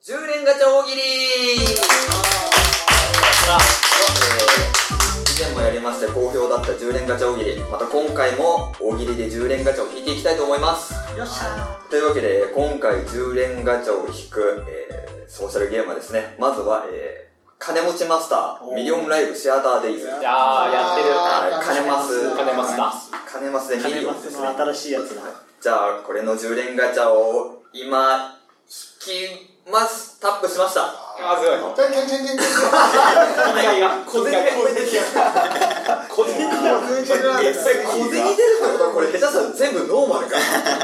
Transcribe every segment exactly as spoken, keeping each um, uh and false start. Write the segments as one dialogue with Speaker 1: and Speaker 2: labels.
Speaker 1: じゅう連ガチャ大喜利さあ、えー、以前もやりまして好評だったじゅう連ガチャ大喜利、また今回も大喜利でじゅう連ガチャを引いていきたいと思います。
Speaker 2: よっしゃ
Speaker 1: ーというわけで今回じゅう連ガチャを引く、えー、ソーシャルゲームはですね、まずは、えー、金持ちマスターミリオンライブシアターデイズ。
Speaker 3: いやーやってる。
Speaker 1: 金マス
Speaker 3: 金マスだ。
Speaker 1: 金マスでミリオンですね。
Speaker 2: 金マスの新しいやつだ。
Speaker 1: じゃあこれのじゅう連ガチャを今引きます。タップしました。
Speaker 3: あーすごい。
Speaker 4: てんてんてんてんてん。
Speaker 3: いやいや、小銭が
Speaker 1: これ出てる。
Speaker 3: 小銭が
Speaker 1: 小銭出るってことはこれ下手したら全部ノーマルか。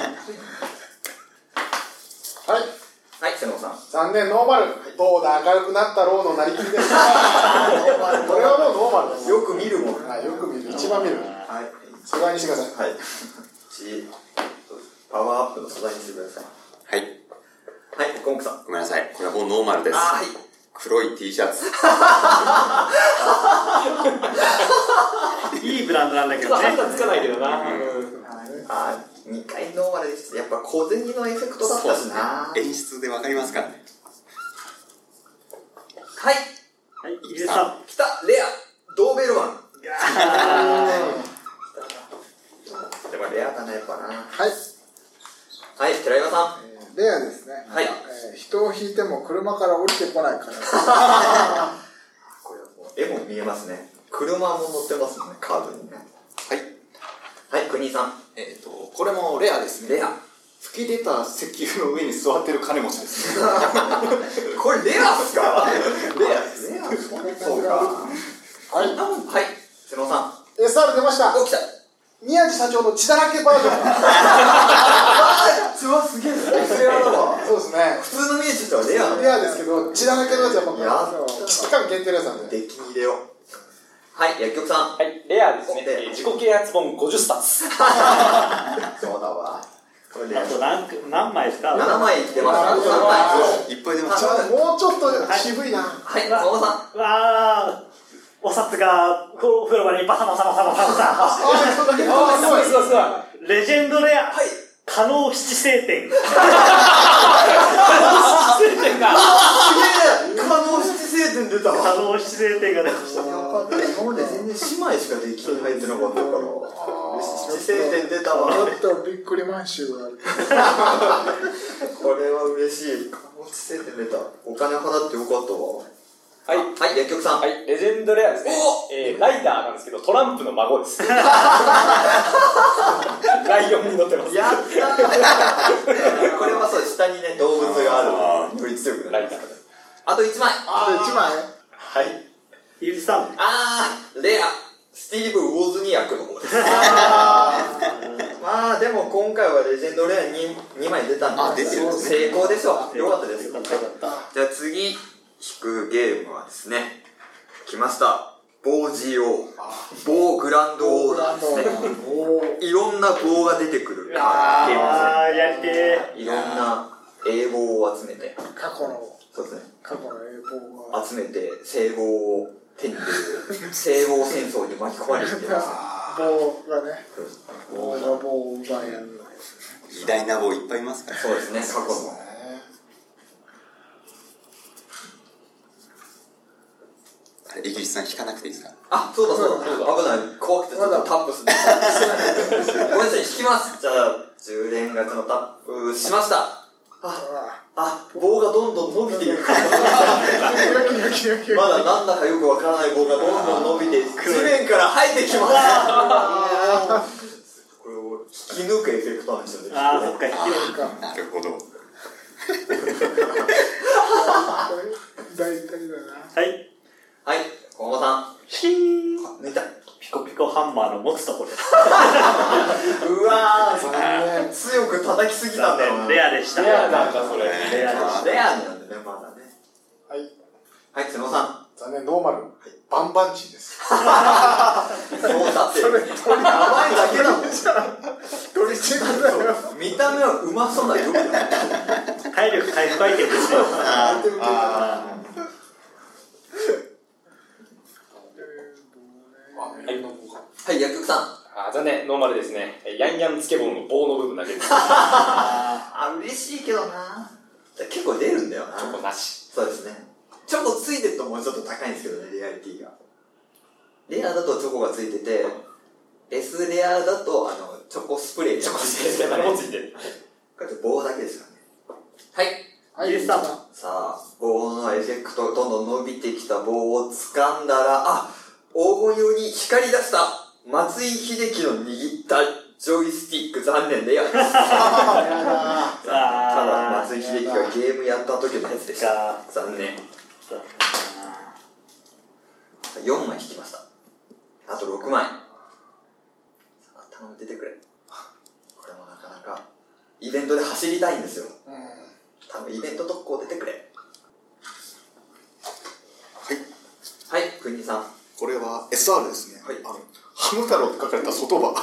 Speaker 4: はい。
Speaker 1: はい、瀬野さん。
Speaker 4: 残念、ノーマル。どうだ、明るくなったろうのなりきりです。これはもうノーマルです。
Speaker 1: よく見るもん。
Speaker 4: はい、よく見る。一番見る。
Speaker 1: はい。
Speaker 4: 素材にしてください。
Speaker 1: はい。パワーアップの素材にしてください。
Speaker 5: はい。
Speaker 1: はい、コンクさん。
Speaker 5: ごめんなさい。これはもうノーマルです。
Speaker 1: あー、はい。
Speaker 5: 黒い T シャツ。
Speaker 2: いいブランドなんだけ
Speaker 3: ちょっ
Speaker 2: どね。
Speaker 3: と判断つかないけどな。
Speaker 1: あー、にかいノーマルです。やっぱ小銭のエフェクトだったしな。
Speaker 5: 演出でわかりますかね。
Speaker 1: はい。
Speaker 2: はい、ゆうさん。
Speaker 1: 来た、レア、ドーベルマン。でもレアだな、やっぱな。
Speaker 4: はい。
Speaker 1: はい、寺岩さん。
Speaker 4: えーレアですね。
Speaker 1: はい。
Speaker 4: えー人を引いても車から降りてこないから。
Speaker 1: これもう絵も見えますね。車も乗ってますもんね、カードにね。
Speaker 6: はい。
Speaker 1: はい、国井さん。
Speaker 6: えっ、ー、と、これもレアですね。
Speaker 1: レア。
Speaker 6: 吹き出た石油の上に座ってる金持ちですね。
Speaker 1: これレアっすか？
Speaker 6: レアです。
Speaker 1: レア
Speaker 4: そうか。はい。
Speaker 1: はい、瀬野さん。
Speaker 4: エスアール 出ました。
Speaker 1: お、来た。
Speaker 4: 宮地社長の血だらけバージョンが。
Speaker 1: うわ、すげえ。レアだわ。
Speaker 4: そうですね。
Speaker 1: 普通のミュージシャンはレアなの。
Speaker 4: レアですけど、血だらけのやつはやっぱ、
Speaker 1: やった
Speaker 4: 期間限定のやつなんで。
Speaker 1: 出来に入れよう。はい、薬局さん。
Speaker 3: はい、レアですね。
Speaker 1: レア
Speaker 3: えー自己啓発本ごじゅっさつ。
Speaker 1: そうだわ。これレア。
Speaker 2: あと何何枚ですか？
Speaker 1: ななまい出ました。
Speaker 4: あ
Speaker 1: さんまい。
Speaker 5: いっぱい出まし
Speaker 4: ちょ
Speaker 5: た。
Speaker 4: もうちょっと渋いな。
Speaker 1: はい、馬場さん。
Speaker 2: わー、お札がお風呂場にバサバサバサバサバサ。
Speaker 4: あー、そうだけど、
Speaker 3: あー、すごいすごいすごい。
Speaker 2: レジェンドレア。
Speaker 1: はい。
Speaker 2: 可能七星点。
Speaker 3: 失礼点が。
Speaker 1: すげえ。可能七星点出たわ。
Speaker 2: 可能七星点が出ました。
Speaker 1: やばかった。今まで全然姉妹しかできに入ってなかったから七星点出たわ。
Speaker 4: ちょっとびっくり満州がある。
Speaker 1: これは嬉しい。可能七星点出た。お金払ってよかったわ。
Speaker 3: はい。
Speaker 1: はい、薬局さん。
Speaker 3: はい、レジェンドレアですね。えー、ライダーなんですけど、トランプの孫です。ライオンに乗ってます。
Speaker 1: やったー。これはそう、下にね、動物がある。より強くなる。
Speaker 3: ライダー。
Speaker 1: あといちまい。
Speaker 4: あといちまい。
Speaker 3: はい。
Speaker 2: ゆうさん。
Speaker 1: あー、レア。スティーブ・ウォズニアクの方です。まあでも今回はレジェンドレア に, にまい出たんで、
Speaker 5: あ出てるんですね
Speaker 1: 成功でしょう。よかったです。
Speaker 2: よかったよかった。
Speaker 1: じゃあ次引くゲームはですね、来ました。棒 ジーオー。棒グランドオーダーですね。いろんな棒が出てくるゲーム
Speaker 2: あー、やりて
Speaker 1: ですね。いろんな英棒を集めて、
Speaker 4: 過去の、
Speaker 1: そうですね。
Speaker 4: 過去の英語が。
Speaker 1: 集めて聖棒を手に入れる聖棒戦争に巻き込まれてる。
Speaker 4: 棒がね、棒が棒を奪い合う。
Speaker 5: 偉大な棒いっぱいいますから。
Speaker 1: そうですね、過去の。
Speaker 5: あれ、江口さん引かなくていいですか？
Speaker 1: あ、そうだそうだ、危ない。怖くてちょっとタップする。ごめんなさい、引きます。じゃあ、じゅう連ガチャのタップしました。あ、あ、棒がどんどん伸びていく。まだなんだかよくわからない棒がどんどん伸びて、地面から生えてきます。これを引き抜くエフェクトなんですよね。
Speaker 2: ー。あー、そっか、引き抜くか。
Speaker 5: なるほど。
Speaker 4: 大体だな。
Speaker 2: はい。
Speaker 1: はい、小浜さん。
Speaker 2: シーン。
Speaker 1: 抜いた。
Speaker 2: ピコピコハンマーの持つところです。
Speaker 1: うわー、強く叩きすぎたんだよな。
Speaker 2: レアでした。
Speaker 3: レアなんだそれ。
Speaker 2: レアでした。
Speaker 1: レアなんでね、まだね。
Speaker 4: はい。
Speaker 1: はい、瀬野さん。
Speaker 4: 残念、ノーマル。バンバンチーです。
Speaker 1: そうだって名前だけなの。
Speaker 4: 取り違いだよ。
Speaker 1: 見た目はうまそうな色だよ。
Speaker 2: 体力回復アイテムですよ。
Speaker 4: あー
Speaker 1: はい、薬局さん。
Speaker 3: あ、残念、ノーマルですね。ヤンヤンつけ棒の棒の部分だけです。
Speaker 1: あ、嬉しいけどな。結構出るんだよな。
Speaker 3: ちょっとなし。
Speaker 1: そうですね。チョコついてるともうちょっと高いんですけどね、レアリティが。レアだとチョコがついてて、S レアだとあのチョコスプレー
Speaker 3: チョコスプレー何もついてる。
Speaker 1: こうやって棒だけですからね。はい。
Speaker 4: はい、
Speaker 2: イエスタート。
Speaker 1: さあ、棒のエフェクト、どんどん伸びてきた棒を掴んだら、あ、黄金色に光り出した松井秀喜の握ったジョイスティック、残念レアです。ただ、松井秀喜がゲームやった時のやつでした。残念。よんまい引きました。あとろくまい。さあ、頼む、出てくれ。これもなかなか、イベントで走りたいんですよ。多分イベント特攻出てくれ。
Speaker 6: はい。
Speaker 1: はい、国さん。
Speaker 6: これは エスアール ですね。
Speaker 1: はい
Speaker 6: あの、ハム太郎って書かれた外葉。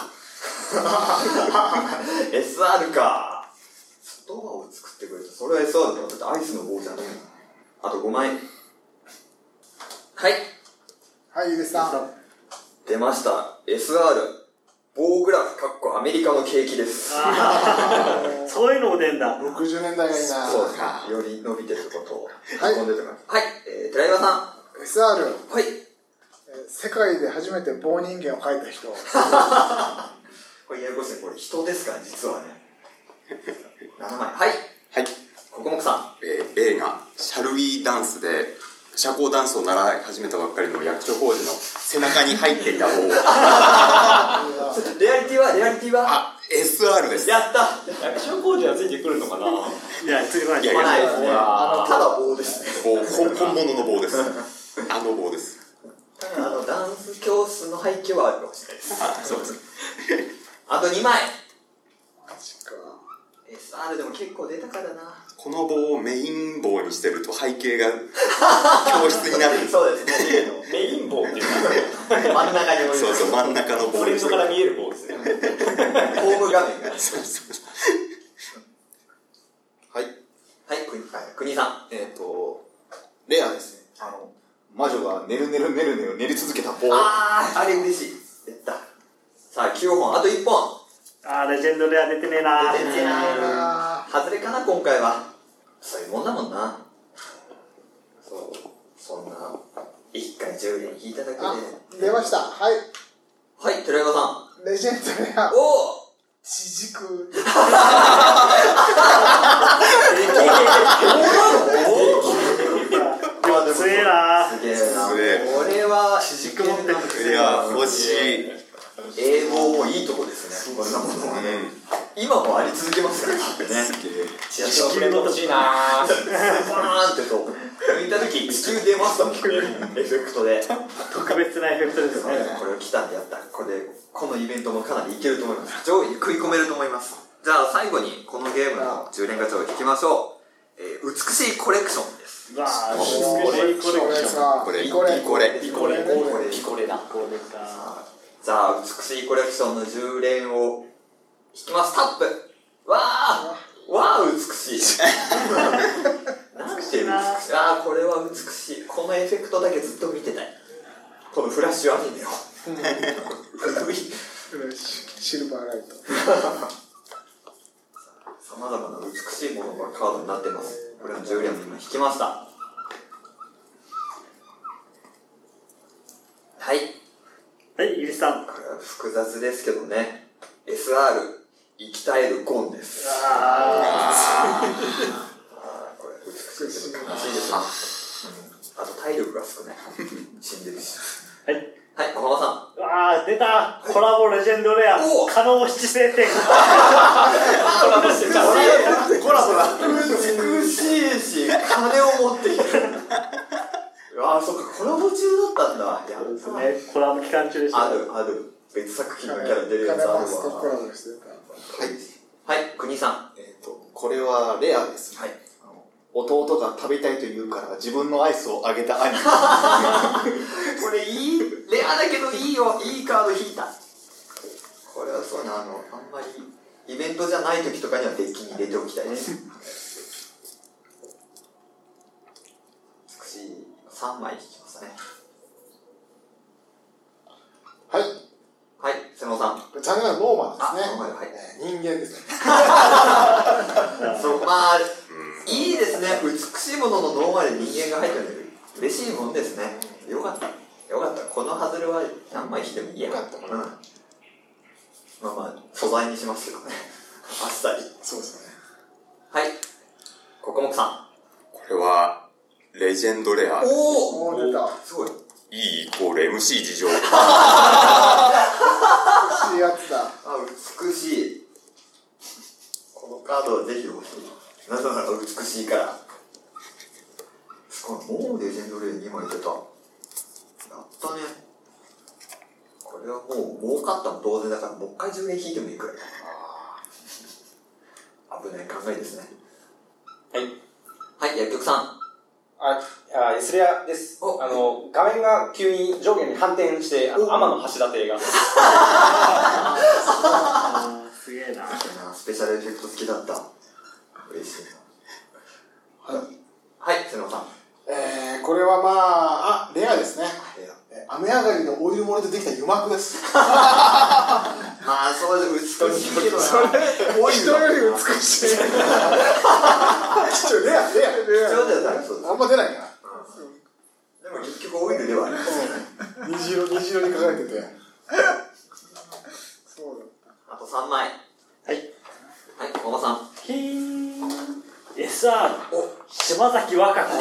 Speaker 1: エスアール か。外葉を作ってくれた。それは エスアール だ。だってアイスの棒じゃねえの。あとごまい。はい。
Speaker 4: はい、ゆうさん。
Speaker 1: 出ました。エスアール。棒グラフ、かっこアメリカの景気です。
Speaker 2: そういうのも出んだ。
Speaker 4: ろくじゅうねんだいがいいな。
Speaker 1: そうですか。より伸びてることを。
Speaker 4: はい
Speaker 1: 込んでてます。はい。えー、寺岩さん。
Speaker 4: エスアール。
Speaker 1: はい。
Speaker 4: 世界で初めて棒人間を描いた人。
Speaker 1: これややこしい。これ人ですから、実はね。ななまい。はい。
Speaker 5: はい。
Speaker 1: ここもくさ
Speaker 5: えー映画「シャルウィーダンス」で社交ダンスを習い始めたばっかりの役所広司の背中に入っていた棒。
Speaker 1: ん。レアリティはレアリティは
Speaker 5: あ、エスアール です。
Speaker 1: やった
Speaker 3: 役所工事はついてくるのかな。
Speaker 2: いや、ついてこない。
Speaker 5: いやいや
Speaker 1: 来ないですね。
Speaker 3: あー
Speaker 1: ただ棒ですね。
Speaker 5: 棒、本本物の棒です。あの棒です。
Speaker 1: ただあの、ダンス教室の背景はあるかもしれないです。
Speaker 5: あ、そうです。
Speaker 1: あとにまい。
Speaker 4: マジか。
Speaker 1: エスアール でも結構出たからな。
Speaker 5: この棒をメイン棒にしてると背景が教室になる。
Speaker 1: そうですね。
Speaker 3: メイン棒っていう
Speaker 1: 真ん中に置いて
Speaker 5: そうそう、真ん中の
Speaker 3: か、
Speaker 5: 棒にしてる。
Speaker 3: フレンドから見える棒ですね。
Speaker 1: ホーム画面が。
Speaker 5: そうそう
Speaker 6: はい。
Speaker 1: はい、国国さん。
Speaker 6: えっ、と、レアですね。あの、魔女がねるねるねるねを練り続けた棒。
Speaker 1: あー、あれ嬉しい。やった。さあ、きゅうほん、あといっぽん。
Speaker 2: あー、レジェンドレア出てねえな。
Speaker 1: 出てない
Speaker 4: あ
Speaker 1: 外れかな、今回は。そういうもんだもんな。そう、そんな、一回じゅうれん引いただけで。
Speaker 4: あ、出ました。はい。
Speaker 1: はい、寺山さ
Speaker 4: レジェンドレア
Speaker 1: ん。。おー
Speaker 4: 地軸。
Speaker 2: 強えな。
Speaker 1: すげえな。
Speaker 5: すげえ
Speaker 1: これは、
Speaker 2: 軸持ってる。
Speaker 5: いや、欲しい。
Speaker 1: 英語もいいとこですね。こんなものはね。今もあり続けますからね。
Speaker 5: すげえ。
Speaker 3: 地球プレート欲しいな。
Speaker 1: バーンってそう抜いた時地球出ましたもんね、エフェクトで。
Speaker 2: 特別なエフェクトですね。
Speaker 1: これを来たんでやった。これでこのイベントもかなりいけると思います。上位に食い込めると思います。じゃあ最後にこのゲームのじゅうれんガチャを引きましょう。えー、美しいコレクションです。
Speaker 2: うわー、
Speaker 4: お
Speaker 2: 美しいコレクション。
Speaker 4: さ
Speaker 5: これ、
Speaker 4: ピコレ。
Speaker 5: これ。
Speaker 3: ピコレ、
Speaker 1: ピコレ
Speaker 3: ピコレだ。
Speaker 2: これか。
Speaker 1: じゃあ美しいコレクションのじゅうれんを引きます。タップ。わーわー美しい。なんて美しい。あーこれは美しい。このエフェクトだけずっと見てたい。このフラッシュアニメを。
Speaker 4: シルバーライト。
Speaker 1: さまざまな美しいものがカードになってます。これのじゅうれんを今引きました。はい。
Speaker 2: はい、イリスさん。
Speaker 1: これは複雑ですけどね。エスアール 生き絶えるゴンです。
Speaker 2: あ
Speaker 1: あーこれ美しいけど悲しいですな。うん、あと体力が少ない。死んでるし。
Speaker 2: ー。はい。
Speaker 1: はい、小浜さん。
Speaker 2: うわー、出た。コラボレジェンドレア。
Speaker 1: お
Speaker 2: 可能七星点。
Speaker 3: コラボしてた。
Speaker 1: コラボだ。美しいし、金を持っている。うわー、そっか、コラボ中だったんだ。や
Speaker 2: そうですね。コラボ期間中でした。
Speaker 1: ある、ある。別作品のキャラ出るやつあるわ。
Speaker 4: マスとコラボしてた。
Speaker 6: はい。
Speaker 1: はい、国さん。
Speaker 6: えっ、と、これはレアですね。
Speaker 1: はい。
Speaker 6: あの弟が食べたいと言うから自分のアイスをあげた兄。
Speaker 1: これいい、レアだけどいいよ。いいカード引いた。これはそうな、あの、あんまり、イベントじゃない時とかにはデッキに入れておきたいです。美しいさんまい引きましたね。
Speaker 4: はい。
Speaker 1: はい、瀬野さん。
Speaker 4: 残念ながらノーマンですね。
Speaker 1: あノーマンはい
Speaker 4: えー人間ですね。
Speaker 1: そう、まあ、 いいですね。美しいものの脳まで人間が入ってる。嬉しいもんですね。よかった。よかった。このハズレは何枚引いてもいいや。
Speaker 4: よかった。
Speaker 1: うん。まあまあ、素材にしますけどね。あっさり。
Speaker 4: そうですね。
Speaker 1: はい。ココモクさん。
Speaker 5: これは、レジェンドレア。
Speaker 1: お
Speaker 4: おー、出た。
Speaker 1: すごい。
Speaker 5: E イコール エムシー 事情。
Speaker 4: 美しいやつだ。
Speaker 1: あ、美しい。このカードはぜひ欲しい。なぜなら美しいから。すごい。もうレジェンドレイにまい出た。やったね。これはもう儲かったも同然だから、もう一回じゅうえん引いてもいいくらいだ。危ない考えですね。
Speaker 3: はい。
Speaker 1: はい、薬局さん。
Speaker 3: あ、あ、エスレアです。あの、画面が急に上下に反転して、あの、天の橋立が。
Speaker 2: すげえな。
Speaker 1: スペシャルエフェクト好きだった。嬉しいな。はい。はい、瀬野さん。
Speaker 4: えー、これはまあ、あ、レアですね。
Speaker 1: レア。
Speaker 4: え雨上がりのオイル漏れでできた油膜です。
Speaker 1: まあ、そうで美しいけどな。
Speaker 4: それ、人より美しい。貴重、レア、レア。
Speaker 1: 貴重だよね、そうです。
Speaker 4: あんま出ないから。
Speaker 1: でも結局オイルではありますよね。
Speaker 4: 虹色、虹色に書かれてて。そうだ。
Speaker 1: あとさんまい。
Speaker 2: はい。
Speaker 1: はい、小野さん。
Speaker 2: ひーん。エスアール。
Speaker 1: お、
Speaker 2: 島崎和歌子。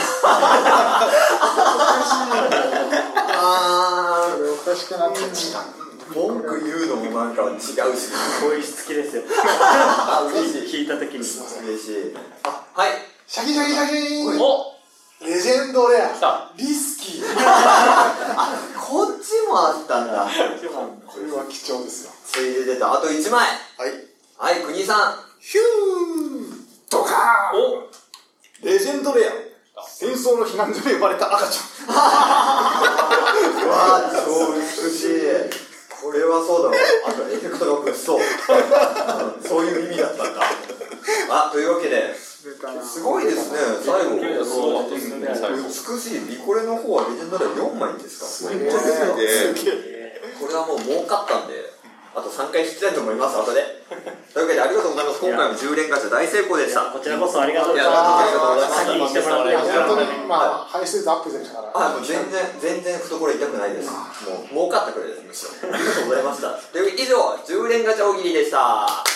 Speaker 1: あ
Speaker 4: これおかしくなってきた。
Speaker 1: 文句言うのもなんか違うし。
Speaker 2: 声質きですよ。
Speaker 1: あ、嬉しい。
Speaker 2: 聞いたときに。
Speaker 1: 嬉しい。あ、はい。
Speaker 4: シャキシャキシャキーン。
Speaker 3: お
Speaker 4: レジェンドレア。
Speaker 3: 来た。
Speaker 4: リスキー。
Speaker 1: こっちもあったんだ。
Speaker 4: これは貴重ですよ。
Speaker 1: ついで出た。あといちまい。
Speaker 6: はい。
Speaker 1: はい、国さん。
Speaker 6: ヒュードカーン
Speaker 3: お
Speaker 6: レジェンドレア。戦争の避難所で生まれた赤ちゃん。
Speaker 1: うわー、超美しい。これはそうだわ。あとエフェクトが物騒。そういう意味だったんだ。あ、というわけで、すごいですね、最後。
Speaker 3: そうですね最後
Speaker 1: 美しい。ビコレの方はレジェンドレアよんまいですか。
Speaker 4: すげえ。
Speaker 1: これはもう儲かったんで、あとさんかい引きたいと思います、後で。というわけでありがとうございます。今回もじゅう連ガチャ大成功でした。
Speaker 2: こちらこそありがとうござい
Speaker 1: いやありがとうござい
Speaker 2: ます。
Speaker 1: ます
Speaker 2: 先に来てもらってよかった
Speaker 4: 本当に、まあ、排出率アップでしたから。
Speaker 1: あ、もう全然、全然懐痛くないです。もう儲かったくらいです、むしろ。ありがとうございました。という以上、じゅう連ガチャ大喜利でした。